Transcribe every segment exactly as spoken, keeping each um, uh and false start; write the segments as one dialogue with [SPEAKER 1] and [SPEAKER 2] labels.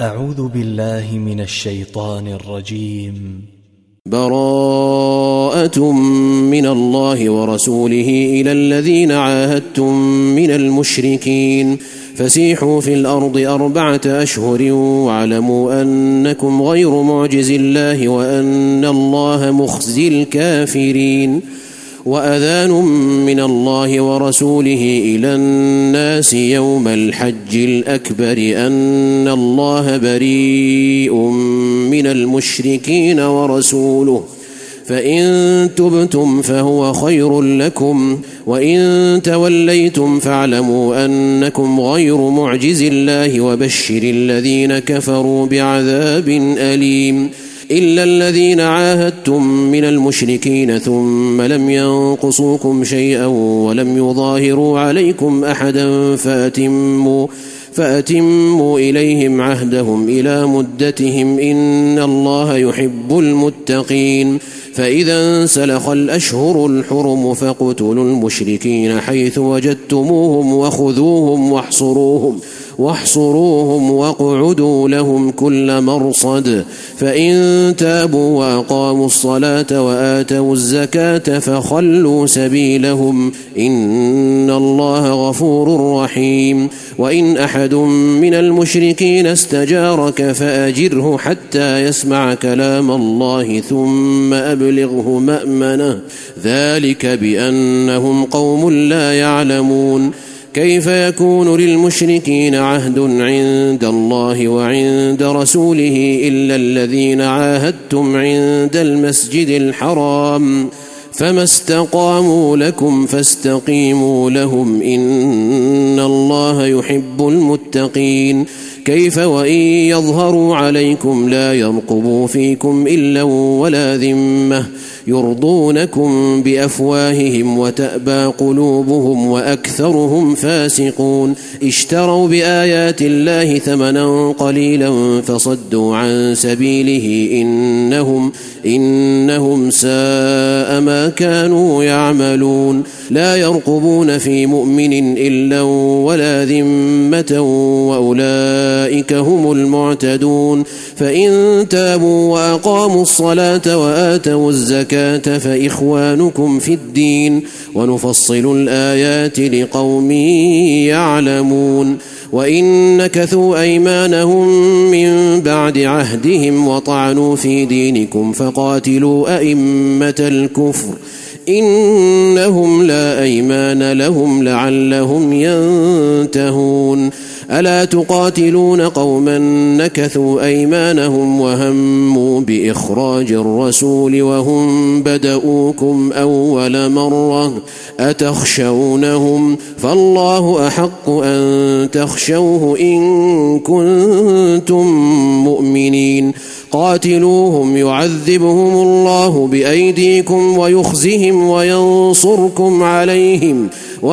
[SPEAKER 1] أعوذ بالله من الشيطان الرجيم.
[SPEAKER 2] براءة من الله ورسوله إلى الذين عاهدتم من المشركين فسيحوا في الأرض أربعة أشهر واعلموا أنكم غير معجز الله وأن الله مخزي الكافرين. وأذان من الله ورسوله إلى الناس يوم الحج الأكبر أن الله بريء من المشركين ورسوله فإن تبتم فهو خير لكم وإن توليتم فاعلموا أنكم غير معجز الله وبشر الذين كفروا بعذاب أليم. إلا الذين عاهدتم من المشركين ثم لم ينقصوكم شيئا ولم يظاهروا عليكم أحدا فأتموا, فأتموا إليهم عهدهم إلى مدتهم إن الله يحب المتقين. فإذا انسلخ الأشهر الحرم فاقتلوا المشركين حيث وجدتموهم وخذوهم واحصروهم واحصروهم واقعدوا لهم كل مرصد فإن تابوا وأقاموا الصلاة وآتوا الزكاة فخلوا سبيلهم إن الله غفور رحيم. وإن أحد من المشركين استجارك فأجره حتى يسمع كلام الله ثم أبلغه مأمنه ذلك بأنهم قوم لا يعلمون. كيف يكون للمشركين عهد عند الله وعند رسوله إلا الذين عاهدتم عند المسجد الحرام فما استقاموا لكم فاستقيموا لهم إن الله يحب المتقين. كيف وإن يظهروا عليكم لا يرقبوا فيكم إلا ولا ذمة يرضونكم بأفواههم وتأبى قلوبهم وأكثرهم فاسقون. اشتروا بآيات الله ثمنا قليلا فصدوا عن سبيله إنهم, إنهم ساء ما كانوا يعملون. لا يرقبون في مؤمن إلا ولا ذمة وأولئك هم المعتدون. فإن تابوا وأقاموا الصلاة وآتوا الزكاة فإخوانكم في الدين ونفصل الآيات لقوم يعلمون. وإن نكثوا أيمانهم من بعد عهدهم وطعنوا في دينكم فقاتلوا أئمة الكفر إنهم لا أيمان لهم لعلهم ينتهون. ألا تقاتلون قوما نكثوا أيمانهم وهموا بإخراج الرسول وهم بدؤوكم أول مرة أتخشونهم فالله أحق أن تخشوه إن كنتم مؤمنين. قاتلوهم يعذبهم الله بأيديكم ويخزهم وينصركم عليهم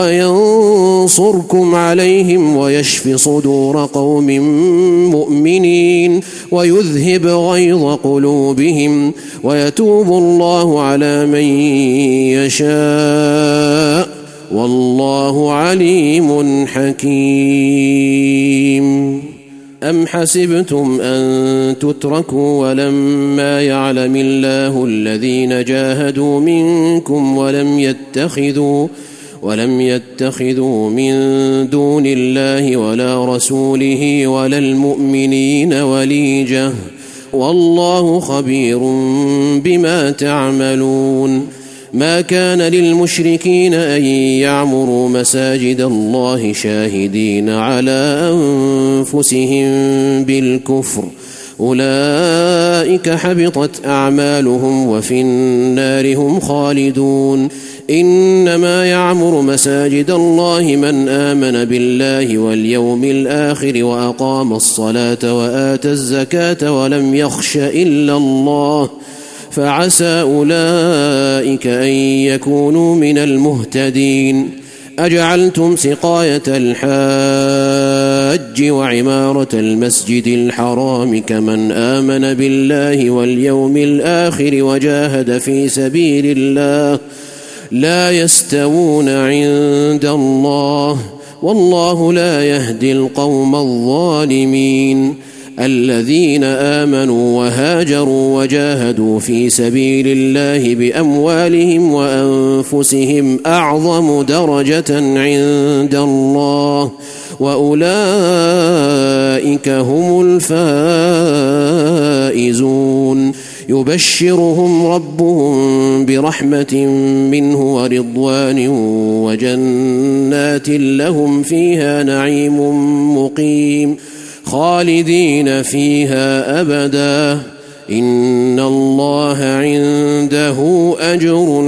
[SPEAKER 2] وينصركم عليهم ويشف صدور قوم مؤمنين ويذهب غيظ قلوبهم ويتوب الله على من يشاء والله عليم حكيم. أم حسبتم أن تتركوا ولما يعلم الله الذين جاهدوا منكم ولم يتخذوا ولم يتخذوا من دون الله ولا رسوله ولا المؤمنين وليجة والله خبير بما تعملون. ما كان للمشركين أن يعمروا مساجد الله شاهدين على أنفسهم بالكفر أولئك حبطت أعمالهم وفي النار هم خالدون. إنما يعمر مساجد الله من آمن بالله واليوم الآخر وأقام الصلاة وآتى الزكاة ولم يخش إلا الله فعسى أولئك أن يكونوا من المهتدين. أجعلتم سقاية الحاج وعمارة المسجد الحرام كمن آمن بالله واليوم الآخر وجاهد في سبيل الله لا يستوون عند الله والله لا يهدي القوم الظالمين. الذين آمنوا وهاجروا وجاهدوا في سبيل الله بأموالهم وأنفسهم أعظم درجة عند الله وأولئك هم الفائزون يبشرهم ربهم برحمة منه ورضوان وجنات لهم فيها نعيم مقيم خالدين فيها أبدا إن الله عنده أجر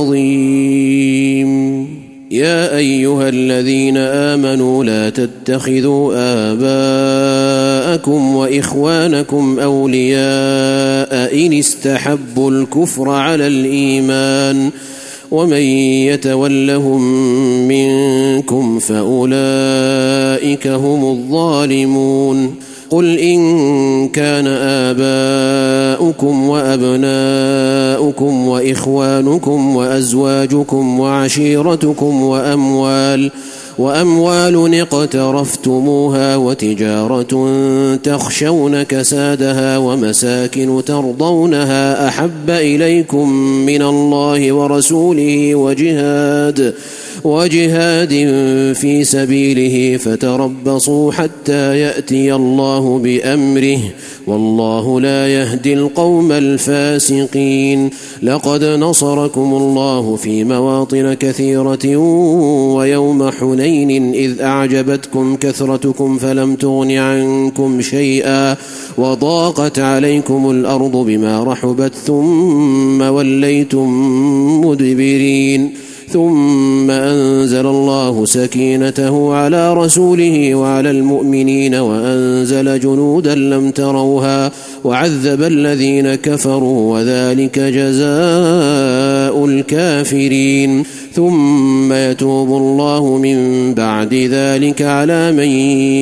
[SPEAKER 2] عظيم. يا أيها الذين آمنوا لا تتخذوا آباءكم وإخوانكم أولياء إن استحبوا الكفر على الإيمان ومن يتولهم منكم فأولئك هم الظالمون. قل إن كان آباؤكم وأبناؤكم وإخوانكم وأزواجكم وعشيرتكم وأموال وأموال اقترفتموها وتجارة تخشون كسادها ومساكن ترضونها أحب إليكم من الله ورسوله وجهاد وجهاد في سبيله فتربصوا حتى يأتي الله بأمره والله لا يهدي القوم الفاسقين. لقد نصركم الله في مواطن كثيرة ويوم حنين إذ أعجبتكم كثرتكم فلم تغن عنكم شيئا وضاقت عليكم الأرض بما رحبت ثم وليتم مدبرين ثم أنزل الله سكينته على رسوله وعلى المؤمنين وأنزل جنودا لم تروها وعذب الذين كفروا وذلك جزاء الكافرين. ثم يتوب الله من بعد ذلك على من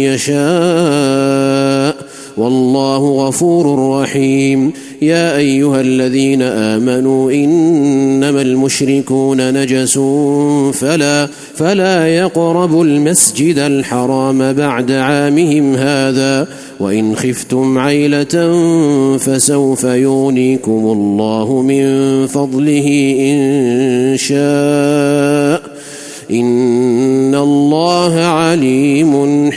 [SPEAKER 2] يشاء والله غفور رحيم. يا أيها الذين آمنوا إنما المشركون نجس فلا, فلا يقربوا المسجد الحرام بعد عامهم هذا وإن خفتم عيلة فسوف يغنيكم الله من فضله إن شاء إن الله عليم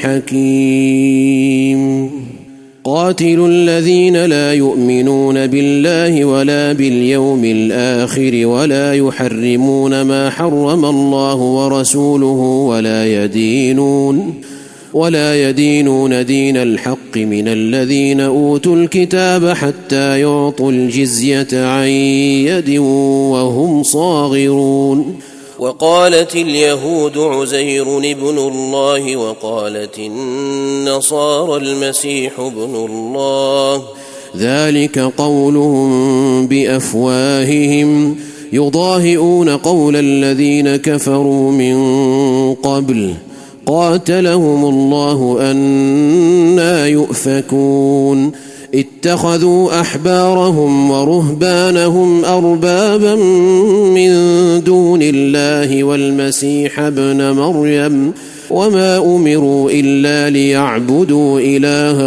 [SPEAKER 2] حكيم. قاتلوا الذين لا يؤمنون بالله ولا باليوم الآخر ولا يحرمون ما حرم الله ورسوله ولا يدينون ولا يدينون دين الحق من الذين أوتوا الكتاب حتى يعطوا الجزية عن يد وهم صاغرون.
[SPEAKER 3] وقالت اليهود عزير ابن الله وقالت النصارى المسيح ابن الله
[SPEAKER 2] ذلك قولهم بأفواههم يضاهئون قول الذين كفروا من قبل قاتلهم الله أنى يؤفكون. اتخذوا أحبارهم ورهبانهم أربابا من دون الله والمسيح ابن مريم وما أمروا إلا ليعبدوا إلها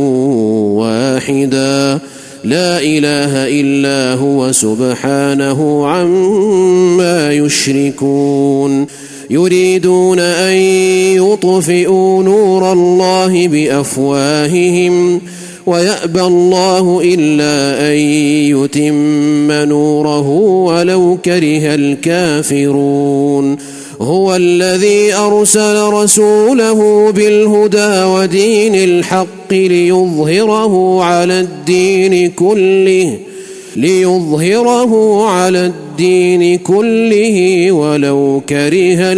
[SPEAKER 2] واحدا لا إله إلا هو سبحانه عما يشركون. يريدون أن يطفئوا نور الله بأفواههم ويأبى الله إلا أن يتم نوره ولو كره الكافرون. هو الذي أرسل رسوله بالهدى ودين الحق ليظهره على الدين كله ليظهره على الدين كله ولو كره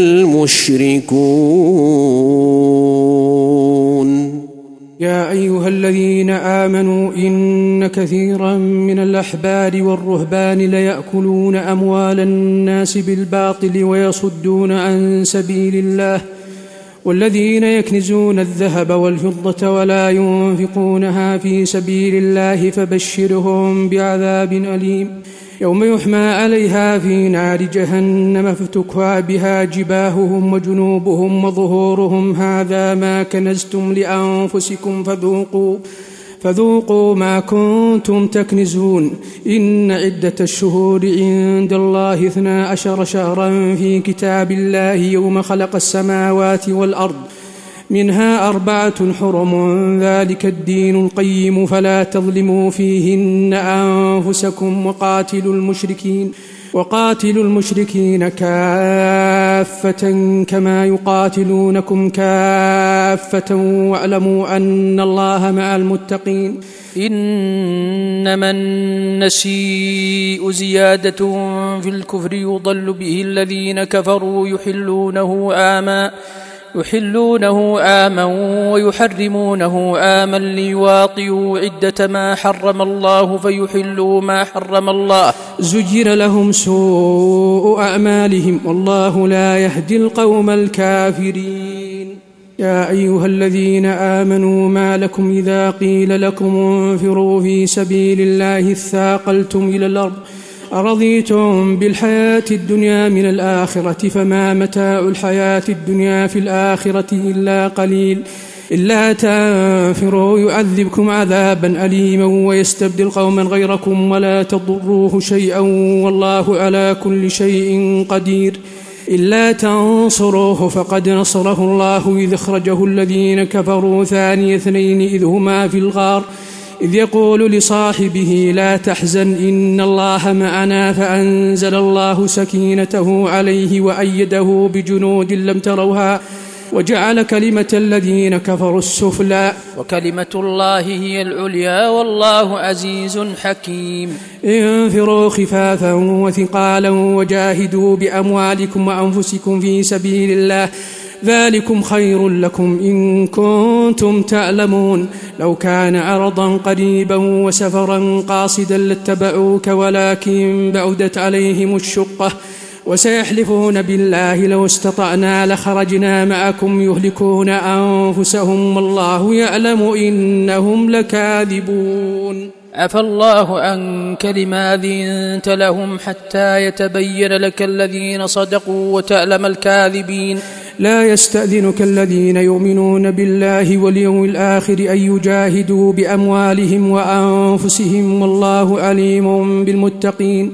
[SPEAKER 2] المشركون.
[SPEAKER 4] يا أيها الذين آمنوا إن كثيرا من الأحبار والرهبان ليأكلون أموال الناس بالباطل ويصدون عن سبيل الله والذين يكنزون الذهب والفضة ولا ينفقونها في سبيل الله فبشرهم بعذاب أليم يوم يحمى عليها في نار جهنم فتكوى بها جباههم وجنوبهم وظهورهم هذا ما كنزتم لأنفسكم فذوقوا فذوقوا ما كنتم تكنزون. إن عدة الشهور عند الله اثنا عشر شهرا في كتاب الله يوم خلق السماوات والأرض منها أربعة حرم ذلك الدين القيم فلا تظلموا فيهن أنفسكم وقاتلوا المشركين وقاتلوا المشركين كافة كما يقاتلونكم كافة واعلموا أن الله مع المتقين.
[SPEAKER 5] إنما النسيء زيادة في الكفر يضل به الذين كفروا يحلونه آما يحلونه آما ويحرمونه آما ليواطئوا عدة ما حرم الله فيحلوا ما حرم الله.
[SPEAKER 4] زجر لهم سوء أعمالهم والله لا يهدي القوم الكافرين. يا أيها الذين آمنوا ما لكم إذا قيل لكم انفروا في سبيل الله اثاقلتم إلى الأرض أرضيتم بالحياة الدنيا من الآخرة فما متاع الحياة الدنيا في الآخرة إلا قليل. إلا تنفروا يعذبكم عذابا أليما ويستبدل قوما غيركم ولا تضروه شيئا والله على كل شيء قدير. إلا تنصروه فقد نصره الله إذ أخرجه الذين كفروا ثاني اثنين إذ هما في الغار إذ يقول لصاحبه لا تحزن إن الله معنا فأنزل الله سكينته عليه وأيده بجنود لم تروها وجعل كلمة الذين كفروا السفلى
[SPEAKER 5] وكلمة الله هي العليا والله عزيز حكيم.
[SPEAKER 4] انفروا خفافا وثقالا وجاهدوا بأموالكم وأنفسكم في سبيل الله ذلكم خير لكم إن كنتم تعلمون. لو كان عرضا قريبا وسفرا قاصدا لاتبعوك ولكن بعدت عليهم الشقة وسيحلفون بالله لو استطعنا لخرجنا معكم يهلكون أنفسهم والله يعلم إنهم لكاذبون.
[SPEAKER 5] عفى الله عنك لما أذنت لهم حتى يتبين لك الذين صدقوا وتعلم الكاذبين.
[SPEAKER 4] لا يستأذنك الذين يؤمنون بالله واليوم الآخر أن يجاهدوا بأموالهم وأنفسهم والله عليم بالمتقين.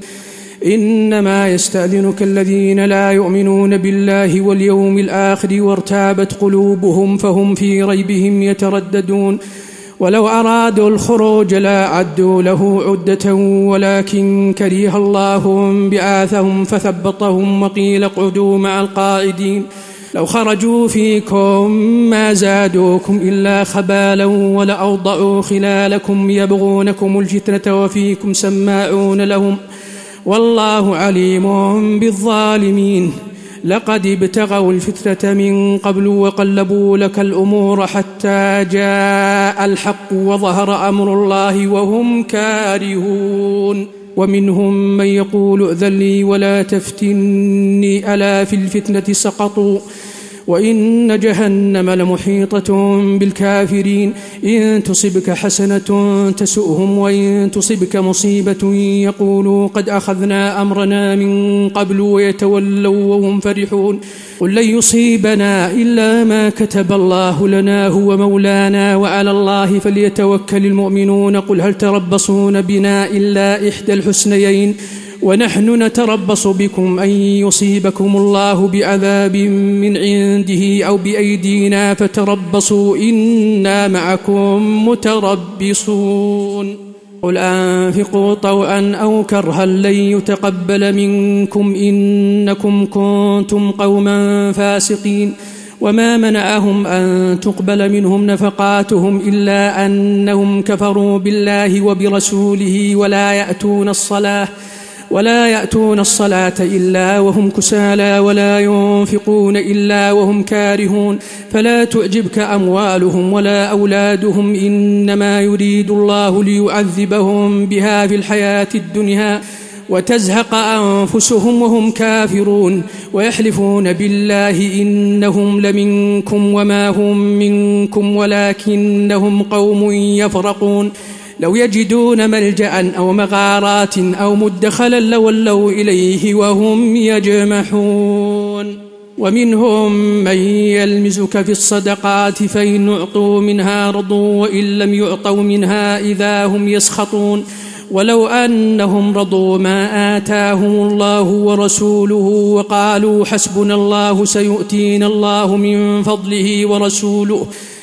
[SPEAKER 4] إنما يستأذنك الذين لا يؤمنون بالله واليوم الآخر وارتابت قلوبهم فهم في ريبهم يترددون. ولو أرادوا الخروج لا عدوا له عدة ولكن كره الله بعاثهم فثبطهم وقيل اقعدوا مع القاعدين. لو خرجوا فيكم ما زادوكم إلا خبالا ولأوضعوا خلالكم يبغونكم الفتنة وفيكم سماعون لهم والله عليم بالظالمين. لقد ابتغوا الفتنة من قبل وقلبوا لك الأمور حتى جاء الحق وظهر أمر الله وهم كارهون. ومنهم من يقول ائذن لي ولا تفتني ألا في الفتنة سقطوا وإن جهنم لمحيطة بالكافرين. إن تصبك حسنة تسؤهم وإن تصبك مصيبة يقولوا قد أخذنا أمرنا من قبل ويتولوا وهم فرحون. قل لن يصيبنا إلا ما كتب الله لنا هو مولانا وعلى الله فليتوكل المؤمنون. قل هل تربصون بنا إلا إحدى الحسنيين ونحن نتربص بكم أن يصيبكم الله بعذاب من عنده أو بأيدينا فتربصوا إنا معكم متربصون. قل أنفقوا طوعا أو كرها لن يتقبل منكم إنكم كنتم قوما فاسقين. وما منعهم أن تقبل منهم نفقاتهم إلا أنهم كفروا بالله وبرسوله ولا يأتون الصلاة ولا يأتون الصلاة إلا وهم كسالى ولا ينفقون إلا وهم كارهون. فلا تعجبك أموالهم ولا أولادهم إنما يريد الله ليعذبهم بها في الحياة الدنيا وتزهق أنفسهم وهم كافرون. ويحلفون بالله إنهم لمنكم وما هم منكم ولكنهم قوم يفرقون. لو يجدون ملجأ أو مغارات أو مدخلا لولوا إليه وهم يجمحون. ومنهم من يلمزك في الصدقات فإن أعطوا منها رضوا وإن لم يعطوا منها إذا هم يسخطون ولو أنهم رضوا ما آتاهم الله ورسوله وقالوا حسبنا الله سيؤتينا الله من فضله ورسوله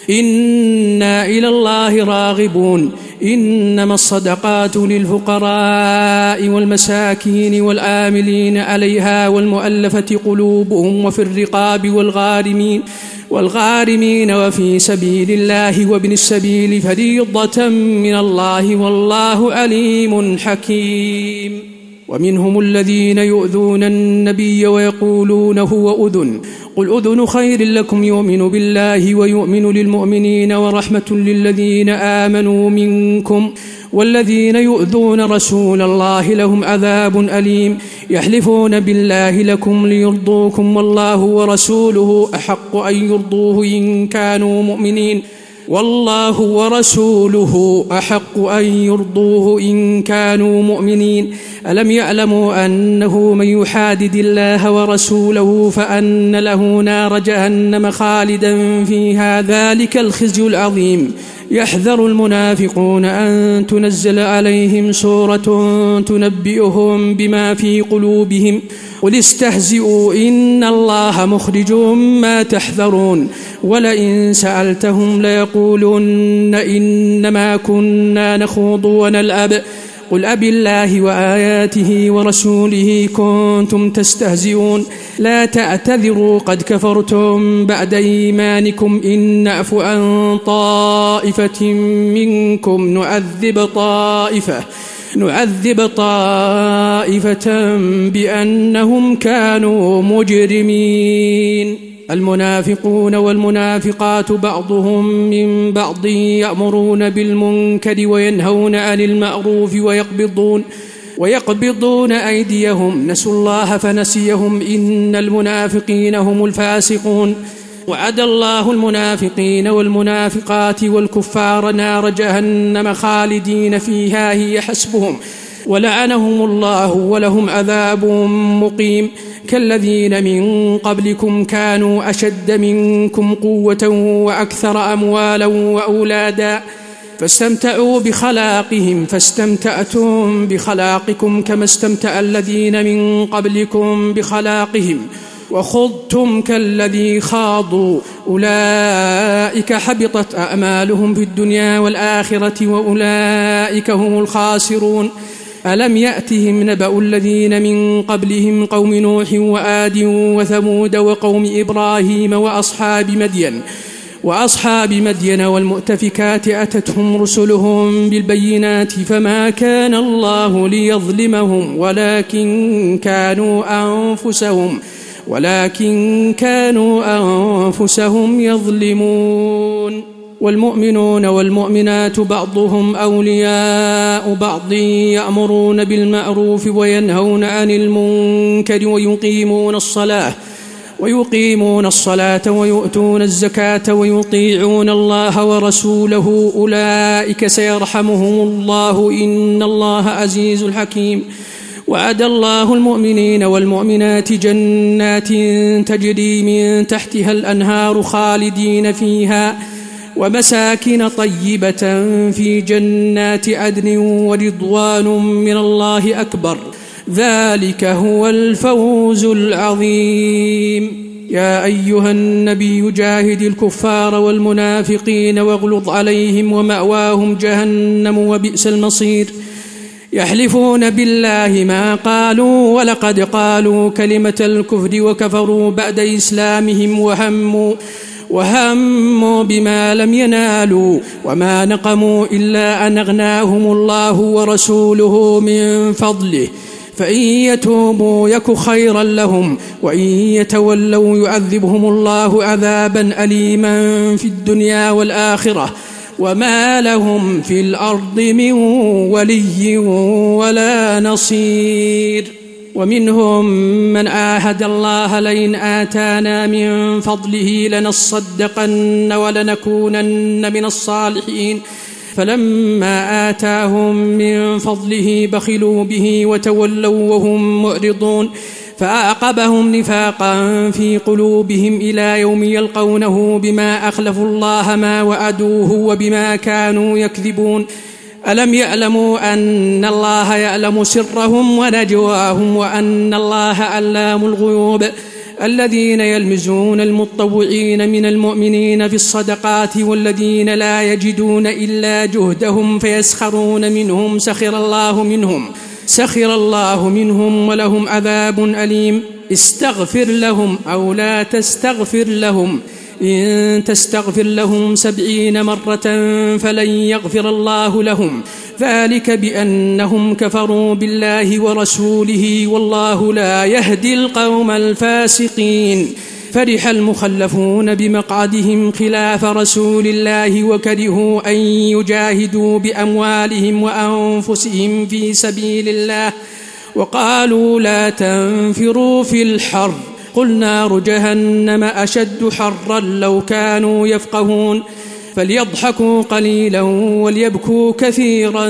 [SPEAKER 4] إنا إلى الله راغبون إنما الصدقات للفقراء والمساكين والعاملين عليها والمؤلفة قلوبهم وفي الرقاب والغارمين والغارمين وفي سبيل الله وابن السبيل فريضة من الله والله عليم حكيم. ومنهم الذين يؤذون النبي ويقولون هو أذن قل أذن خير لكم يؤمن بالله ويؤمن للمؤمنين ورحمة للذين آمنوا منكم والذين يؤذون رسول الله لهم عذاب أليم يحلفون بالله لكم ليرضوكم والله ورسوله أحق أن يرضوه إن كانوا مؤمنين والله ورسوله أحق أن يرضوه إن كانوا مؤمنين ألم يعلموا أنه من يحادد الله ورسوله فأن له نار جهنم خالدا فيها ذلك الخزي العظيم. يحذر المنافقون أن تنزل عليهم سورة تنبئهم بما في قلوبهم قل استهزئوا إن الله مخرج ما تحذرون ولئن سألتهم ليقولن إنما كنا نخوض ونلعب قل أبي الله وآياته ورسوله كنتم تستهزئون لا تعتذروا قد كفرتم بعد إيمانكم إن نعف عن طائفة منكم نعذب طائفة نعذب طائفة بأنهم كانوا مجرمين. المنافقون والمنافقات بعضهم من بعض يأمرون بالمنكر وينهون عن المعروف ويقبضون ويقبضون أيديهم نسوا الله فنسيهم إن المنافقين هم الفاسقون. وعد الله المنافقين والمنافقات والكفار نار جهنم خالدين فيها هي حسبهم ولعنهم الله ولهم عذاب مقيم. كالذين من قبلكم كانوا أشد منكم قوة وأكثر أموالا وأولادا فاستمتعوا بخلاقهم فاستمتعتم بخلاقكم كما استمتع الذين من قبلكم بخلاقهم وخضتم كالذي خاضوا أولئك حبطت أعمالهم في الدنيا والآخرة وأولئك هم الخاسرون. ألم يأتهم نبأ الذين من قبلهم قوم نوح وآد وثمود وقوم إبراهيم وأصحاب مدين وأصحاب مدين والمؤتفكات أتتهم رسلهم بالبينات فما كان الله ليظلمهم ولكن كانوا أنفسهم ولكن كانوا أنفسهم يظلمون. والمؤمنون والمؤمنات بعضهم أولياء بعض يأمرون بالمعروف وينهون عن المنكر ويقيمون الصلاة ويقيمون الصلاة ويؤتون الزكاة ويطيعون الله ورسوله أولئك سيرحمهم الله إن الله عزيز حكيم. وعد الله المؤمنين والمؤمنات جنات تجري من تحتها الأنهار خالدين فيها ومساكن طيبة في جنات عدن ورضوان من الله أكبر ذلك هو الفوز العظيم. يا أيها النبي جاهد الكفار والمنافقين واغلظ عليهم ومأواهم جهنم وبئس المصير. يحلفون بالله ما قالوا ولقد قالوا كلمة الكفر وكفروا بعد إسلامهم وهموا وهموا بما لم ينالوا وما نقموا إلا أن أغناهم الله ورسوله من فضله فإن يتوبوا يك خيرا لهم وإن يتولوا يعذبهم الله عذابا أليما في الدنيا والآخرة وما لهم في الأرض من ولي ولا نصير. ومنهم من عاهد الله لئن آتانا من فضله لنصدقن ولنكونن من الصالحين فلما آتاهم من فضله بخلوا به وتولوا وهم معرضون فأعقبهم نفاقا في قلوبهم إلى يوم يلقونه بما أخلفوا الله ما وعدوه وبما كانوا يكذبون. ألم يعلموا أن الله يعلم سرهم ونجواهم وأن الله علام الغيوب. الذين يلمزون المتطوعين من المؤمنين في الصدقات والذين لا يجدون إلا جهدهم فيسخرون منهم سخر الله منهم سخر الله منهم ولهم عذاب أليم. استغفر لهم أو لا تستغفر لهم إن تستغفر لهم سبعين مرة فلن يغفر الله لهم ذلك بأنهم كفروا بالله ورسوله والله لا يهدي القوم الفاسقين. فرح المخلفون بمقعدهم خلاف رسول الله وكرهوا أن يجاهدوا بأموالهم وأنفسهم في سبيل الله وقالوا لا تنفروا في الحر قل نار جهنم أشد حرا لو كانوا يفقهون. فليضحكوا قليلا وليبكوا كثيرا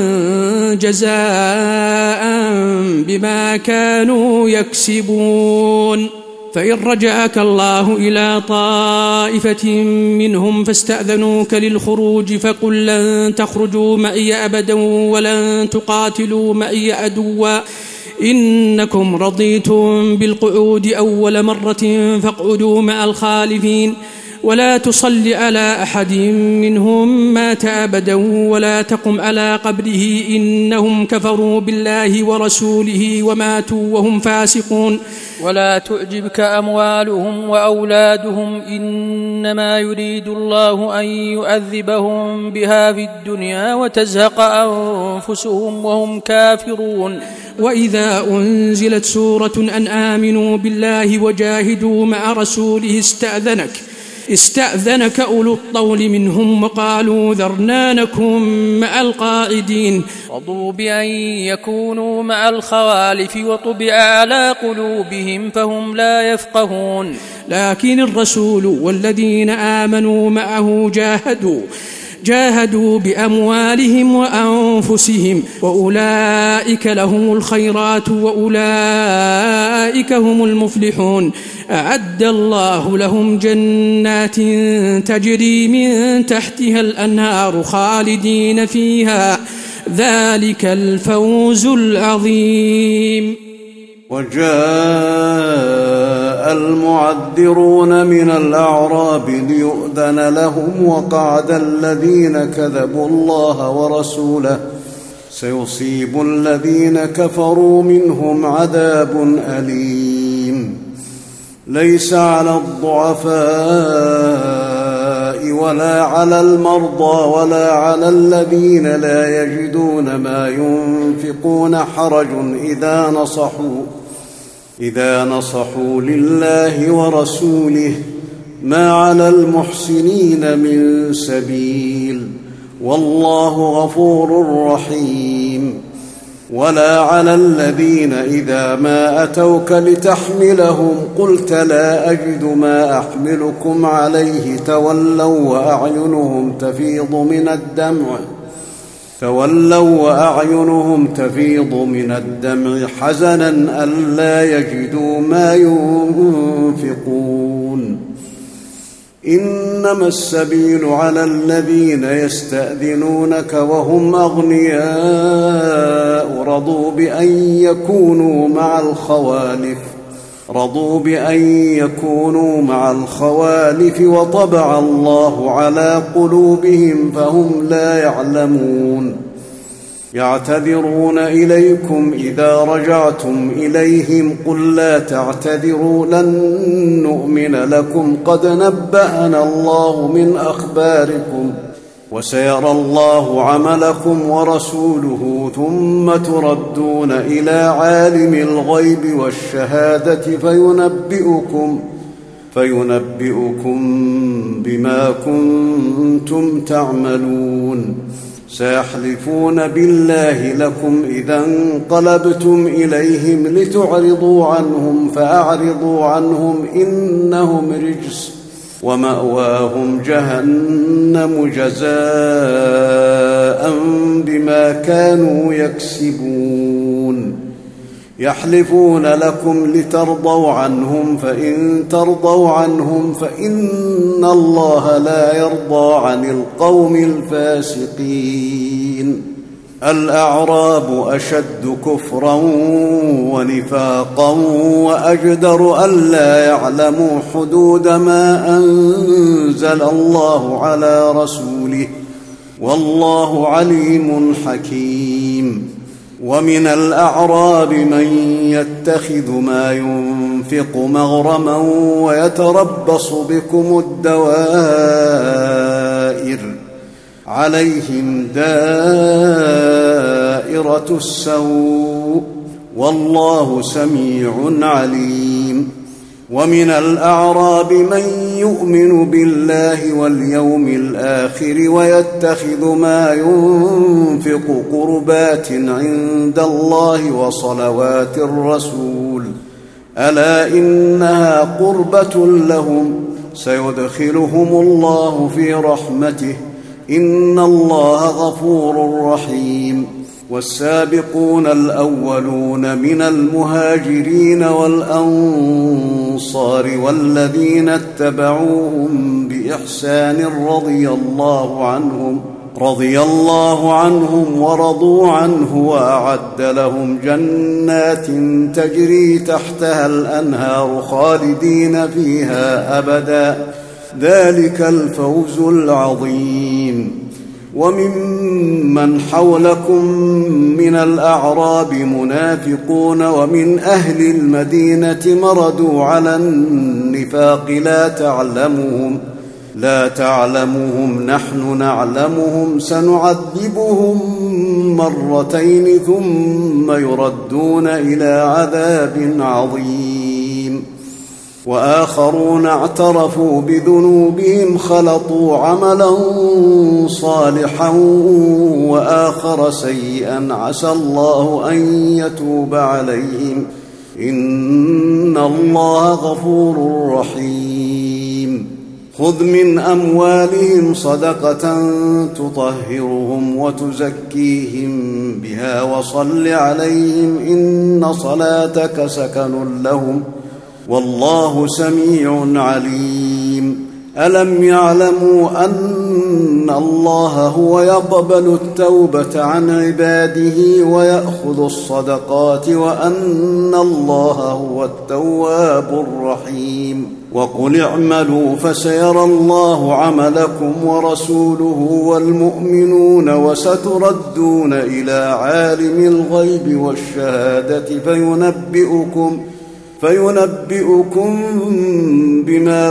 [SPEAKER 4] جزاء بما كانوا يكسبون. فإن رجعك الله إلى طائفة منهم فاستأذنوك للخروج فقل لن تخرجوا معي أبدا ولن تقاتلوا معي عدوا إنكم رضيتم بالقعود أول مرة فاقعدوا مع الخالفين ولا تصل على أحد منهم مات أبدا ولا تقم على قبره إنهم كفروا بالله ورسوله وماتوا وهم فاسقون.
[SPEAKER 5] ولا تعجبك أموالهم وأولادهم إنما يريد الله أن يؤذبهم بها في الدنيا وتزهق أنفسهم وهم كافرون.
[SPEAKER 4] وإذا أنزلت سورة أن آمنوا بالله وجاهدوا مع رسوله استأذنك استأذنك أولو الطول منهم وقالوا ذرنا نكن مع القاعدين.
[SPEAKER 5] رضوا بأن يكونوا مع الخوالف وطبع على قلوبهم فهم لا يفقهون.
[SPEAKER 4] لكن الرسول والذين آمنوا معه جاهدوا جاهدوا بأموالهم وأنفسهم وأولئك لهم الخيرات وأولئك هم المفلحون. أعد الله لهم جنات تجري من تحتها الأنهار خالدين فيها ذلك الفوز العظيم.
[SPEAKER 6] وجاء المعذرون من الأعراب ليؤذن لهم وقعد الذين كذبوا الله ورسوله سيصيب الذين كفروا منهم عذاب أليم. ليس على الضعفاء ولا على المرضى ولا على الذين لا يجدون ما ينفقون حرج إذا نصحوا إذا نصحوا لله ورسوله ما على المحسنين من سبيل والله غفور رحيم. ولا على الذين إذا ما أتوك لتحملهم قلت لا أجد ما أحملكم عليه تولوا وأعينهم تفيض من الدمع تولوا وأعينهم تفيض من الدمع حزنا ألا يجدوا ما ينفقون. إنما السبيل على الذين يستأذنونك وهم أغنياء رضوا بأن يكونوا مع الخوالف رضوا بأن يكونوا مع الخوالف وطبع الله على قلوبهم فهم لا يعلمون. يعتذرون إليكم إذا رجعتم إليهم قل لا تعتذروا لن نؤمن لكم قد نبأنا الله من أخباركم وسيرى الله عملكم ورسوله ثم تردون إلى عالم الغيب والشهادة فينبئكم فينبئكم بما كنتم تعملون. سيحلفون بالله لكم إذا انقلبتم إليهم لتعرضوا عنهم فأعرضوا عنهم إنهم رجس ومأواهم جهنم جزاء بما كانوا يكسبون. يحلفون لكم لترضوا عنهم، فإن ترضوا عنهم فإن الله لا يرضى عن القوم الفاسقين. الأعراب أشد كفرا ونفاقا وأجدر ألا يعلموا حدود ما أنزل الله على رسوله، والله عليم حكيم. ومن الأعراب من يتخذ ما ينفق مغرما ويتربص بكم الدوائر، عليهم دائرة السوء، والله سميع عليم. ومن الأعراب من يؤمن بالله واليوم الآخر ويتخذ ما ينفق قربات عند الله وصلوات الرسول، ألا إنها قربة لهم، سيدخلهم الله في رحمته، إن الله غفور رحيم. والسابقون الأولون من المهاجرين والأنصار والذين اتبعوهم بإحسان رضي الله عنهم رضي الله عنهم ورضوا عنه، وأعد لهم جنات تجري تحتها الأنهار خالدين فيها أبدا، ذلك الفوز العظيم. وممن حولكم من الأعراب منافقون ومن أهل المدينة مردوا على النفاق لا تعلمهم لا تعلمهم نحن نعلمهم، سنعذبهم مرتين ثم يردون إلى عذاب عظيم. وآخرون اعترفوا بذنوبهم خلطوا عملا صالحا وآخر سيئا، عسى الله أن يتوب عليهم، إن الله غفور رحيم. خذ من أموالهم صدقة تطهرهم وتزكيهم بها وصل عليهم، إن صلاتك سكن لهم، والله سميع عليم. ألم يعلموا أن الله هو يقبل التوبة عن عباده ويأخذ الصدقات، وأن الله هو التواب الرحيم. وقل اعملوا فسيرى الله عملكم ورسوله والمؤمنون، وستردون إلى عالم الغيب والشهادة فينبئكم فينبئكم بما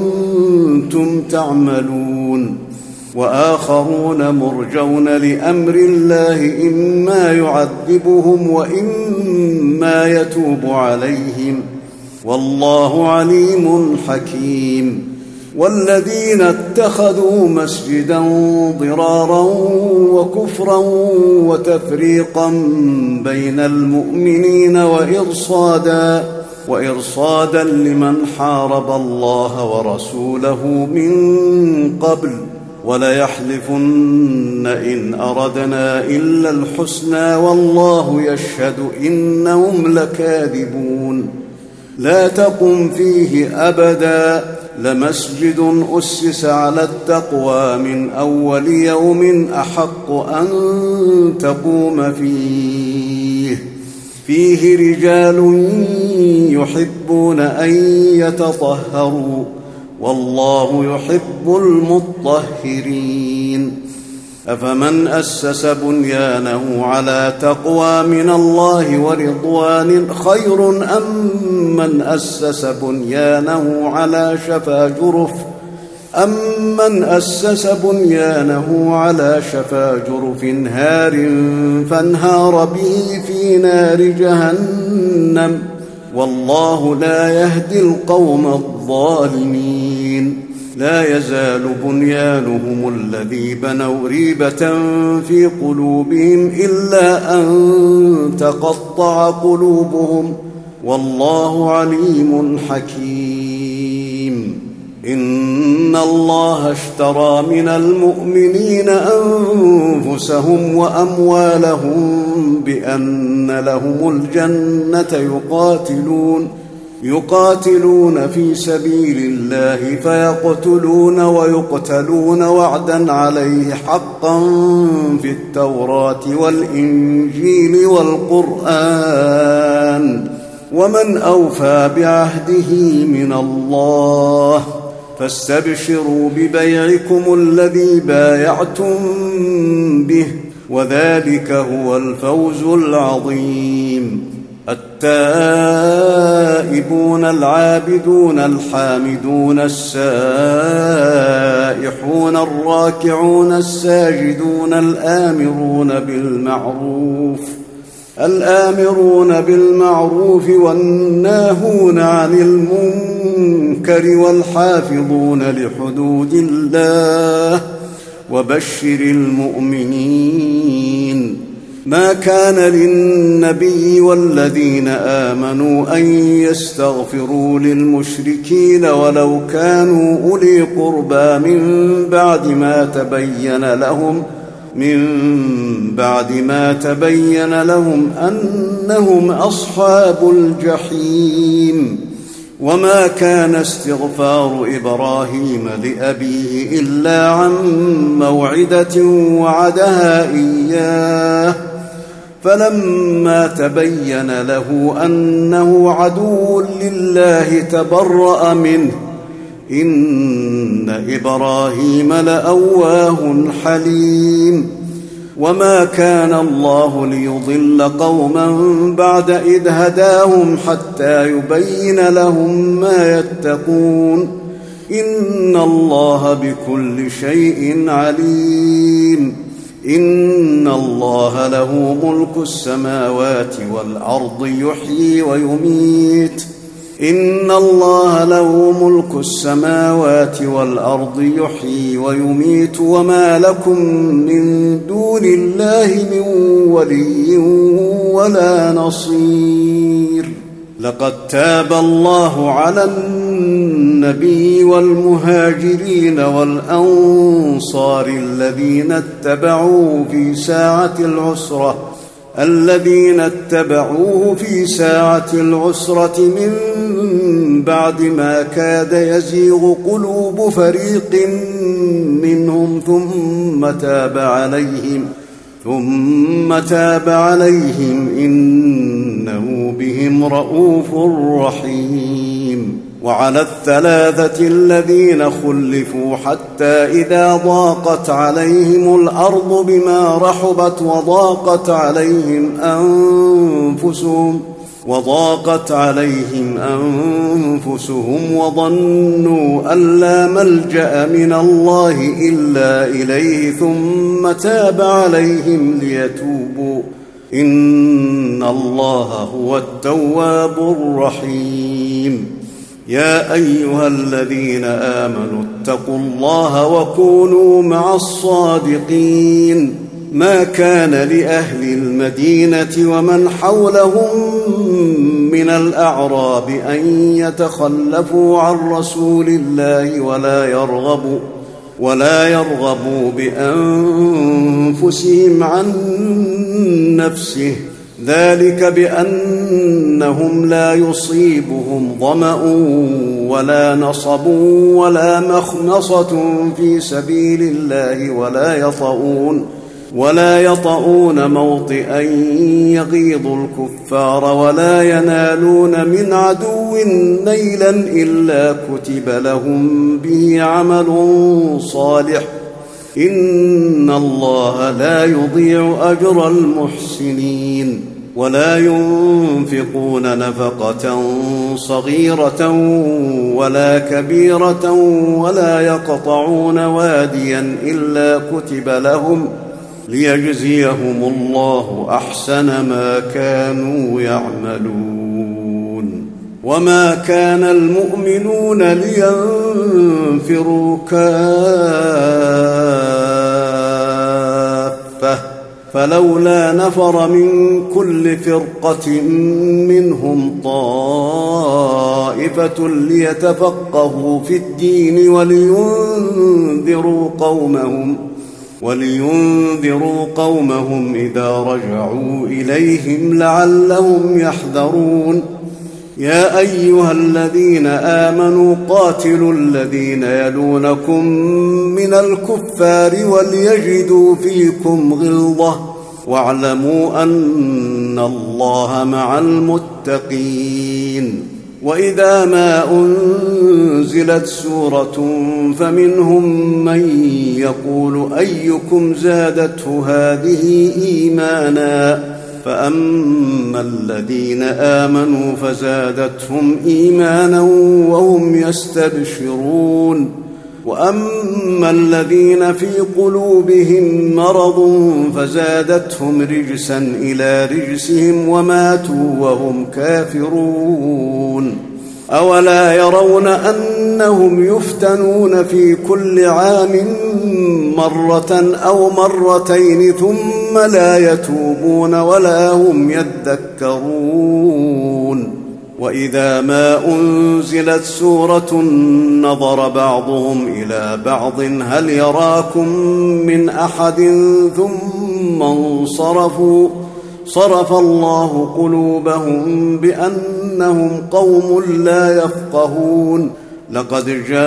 [SPEAKER 6] كنتم تعملون. وآخرون مرجون لأمر الله، إما يعذبهم وإما يتوب عليهم، والله عليم حكيم. والذين اتخذوا مسجدا ضرارا وكفرا وتفريقا بين المؤمنين وإرصادا وإرصادا لمن حارب الله ورسوله من قبل، وليحلفن إن أردنا إلا الحسنى، والله يشهد إنهم لكاذبون. لا تقم فيه أبدا، لمسجد أسس على التقوى من أول يوم أحق أن تقوم فيه، فيه رجال يحبون أن يتطهروا، والله يحب المطهرين. أفمن أسس بنيانه على تقوى من الله ورضوان خير أم من أسس بنيانه على شفا جرف أمن أسس بنيانه على شفا جرف هار فانهار به في نار جهنم، والله لا يهدي القوم الظالمين. لا يزال بنيانهم الذي بنوا ريبة في قلوبهم إلا أن تقطع قلوبهم، والله عليم حكيم. إن إن الله اشترى من المؤمنين أنفسهم وأموالهم بأن لهم الجنة يقاتلون يقاتلون في سبيل الله فيقتلون ويقتلون وعدا عليه حقا في التوراة والإنجيل والقرآن ومن أوفى بعهده من الله فاستبشروا ببيعكم الذي بايعتم به وذلك هو الفوز العظيم. التائبون العابدون الحامدون السائحون الراكعون الساجدون الآمرون بالمعروف الآمرون بالمعروف والناهون عن المنكر والحافظون لحدود الله وبشر المؤمنين. ما كان للنبي والذين آمنوا أن يستغفروا للمشركين ولو كانوا أولي قربى من بعد ما تبين لهم من بعد ما تبين لهم أنهم أصحاب الجحيم. وما كان استغفار إبراهيم لأبيه إلا عن موعدة وعدها إياه فلما تبين له أنه عدو لله تبرأ منه إن إبراهيم لأواه حليم. وما كان الله ليضل قوما بعد إذ هداهم حتى يبين لهم ما يتقون إن الله بكل شيء عليم. إن الله له ملك السماوات والأرض يحيي ويميت إن الله له ملك السماوات والأرض يحيي ويميت وما لكم من دون الله من ولي ولا نصير. لقد تاب الله على النبي والمهاجرين والأنصار الذين اتبعوه في ساعة العسرة الذين اتبعوه في ساعة العسرة من بعد ما كاد يزيغ قلوب فريق منهم ثم تاب عليهم ثم تاب عليهم إنه بهم رءوف رحيم. وعلى الثلاثة الذين خلفوا حتى إذا ضاقت عليهم الأرض بما رحبت وضاقت عليهم أنفسهم وضاقت عليهم أنفسهم وظنوا أن لا ملجأ من الله إلا إليه ثم تاب عليهم ليتوبوا إن الله هو التواب الرحيم. يا أيها الذين آمنوا اتقوا الله وكونوا مع الصادقين. ما كان لأهل المدينة ومن حولهم من الأعراب أن يتخلفوا عن رسول الله ولا يرغبوا ولا يرغبوا بأنفسهم عن نفسه ذلك بأنهم لا يصيبهم ظمأ ولا نصب ولا مخمصة في سبيل الله ولا يطؤون ولا يطؤون موطئا يغيظ الكفار ولا ينالون من عدو نيلا إلا كتب لهم به عمل صالح إن الله لا يضيع أجر المحسنين. ولا ينفقون نفقة صغيرة ولا كبيرة ولا يقطعون واديا إلا كتب لهم ليجزيهم الله أحسن ما كانوا يعملون. وما كان المؤمنون لينفروا كافة فلولا نفر من كل فرقة منهم طائفة ليتفقهوا في الدين ولينذروا قومهم ولينذروا قومهم إذا رجعوا إليهم لعلهم يحذرون يا أيها الذين آمنوا قاتلوا الذين يلونكم من الكفار وليجدوا فيكم غلظة واعلموا أن الله مع المتقين وإذا ما أنزلت سورة فمنهم من يقول أيكم زادته هذه إيمانا فأما الذين آمنوا فزادتهم إيمانا وهم يستبشرون وأما الذين في قلوبهم مرض فزادتهم رجسا إلى رجسهم وماتوا وهم كافرون أولا يرون أنهم يفتنون في كل عام مرة أو مرتين ثم لا يتوبون ولا هم يذكرون وإذا ما أنزلت سورة نظر بعضهم إلى بعض هل يراكم من أحد ثم انصرفوا صرف الله قلوبهم بأنهم قوم لا يفقهون لقد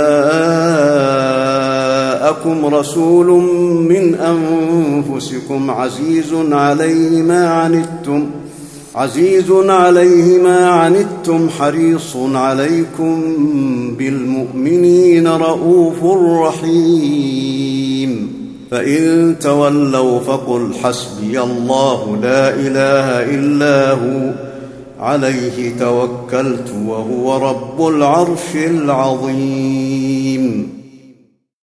[SPEAKER 6] جاءكم رسول من أنفسكم عزيز عليه ما عنتم عزيز عليه ما عنتم حريص عليكم بالمؤمنين رؤوف رحيم فإن تولوا فقل حسبي الله لا إله إلا هو عليه توكلت وهو رب العرش العظيم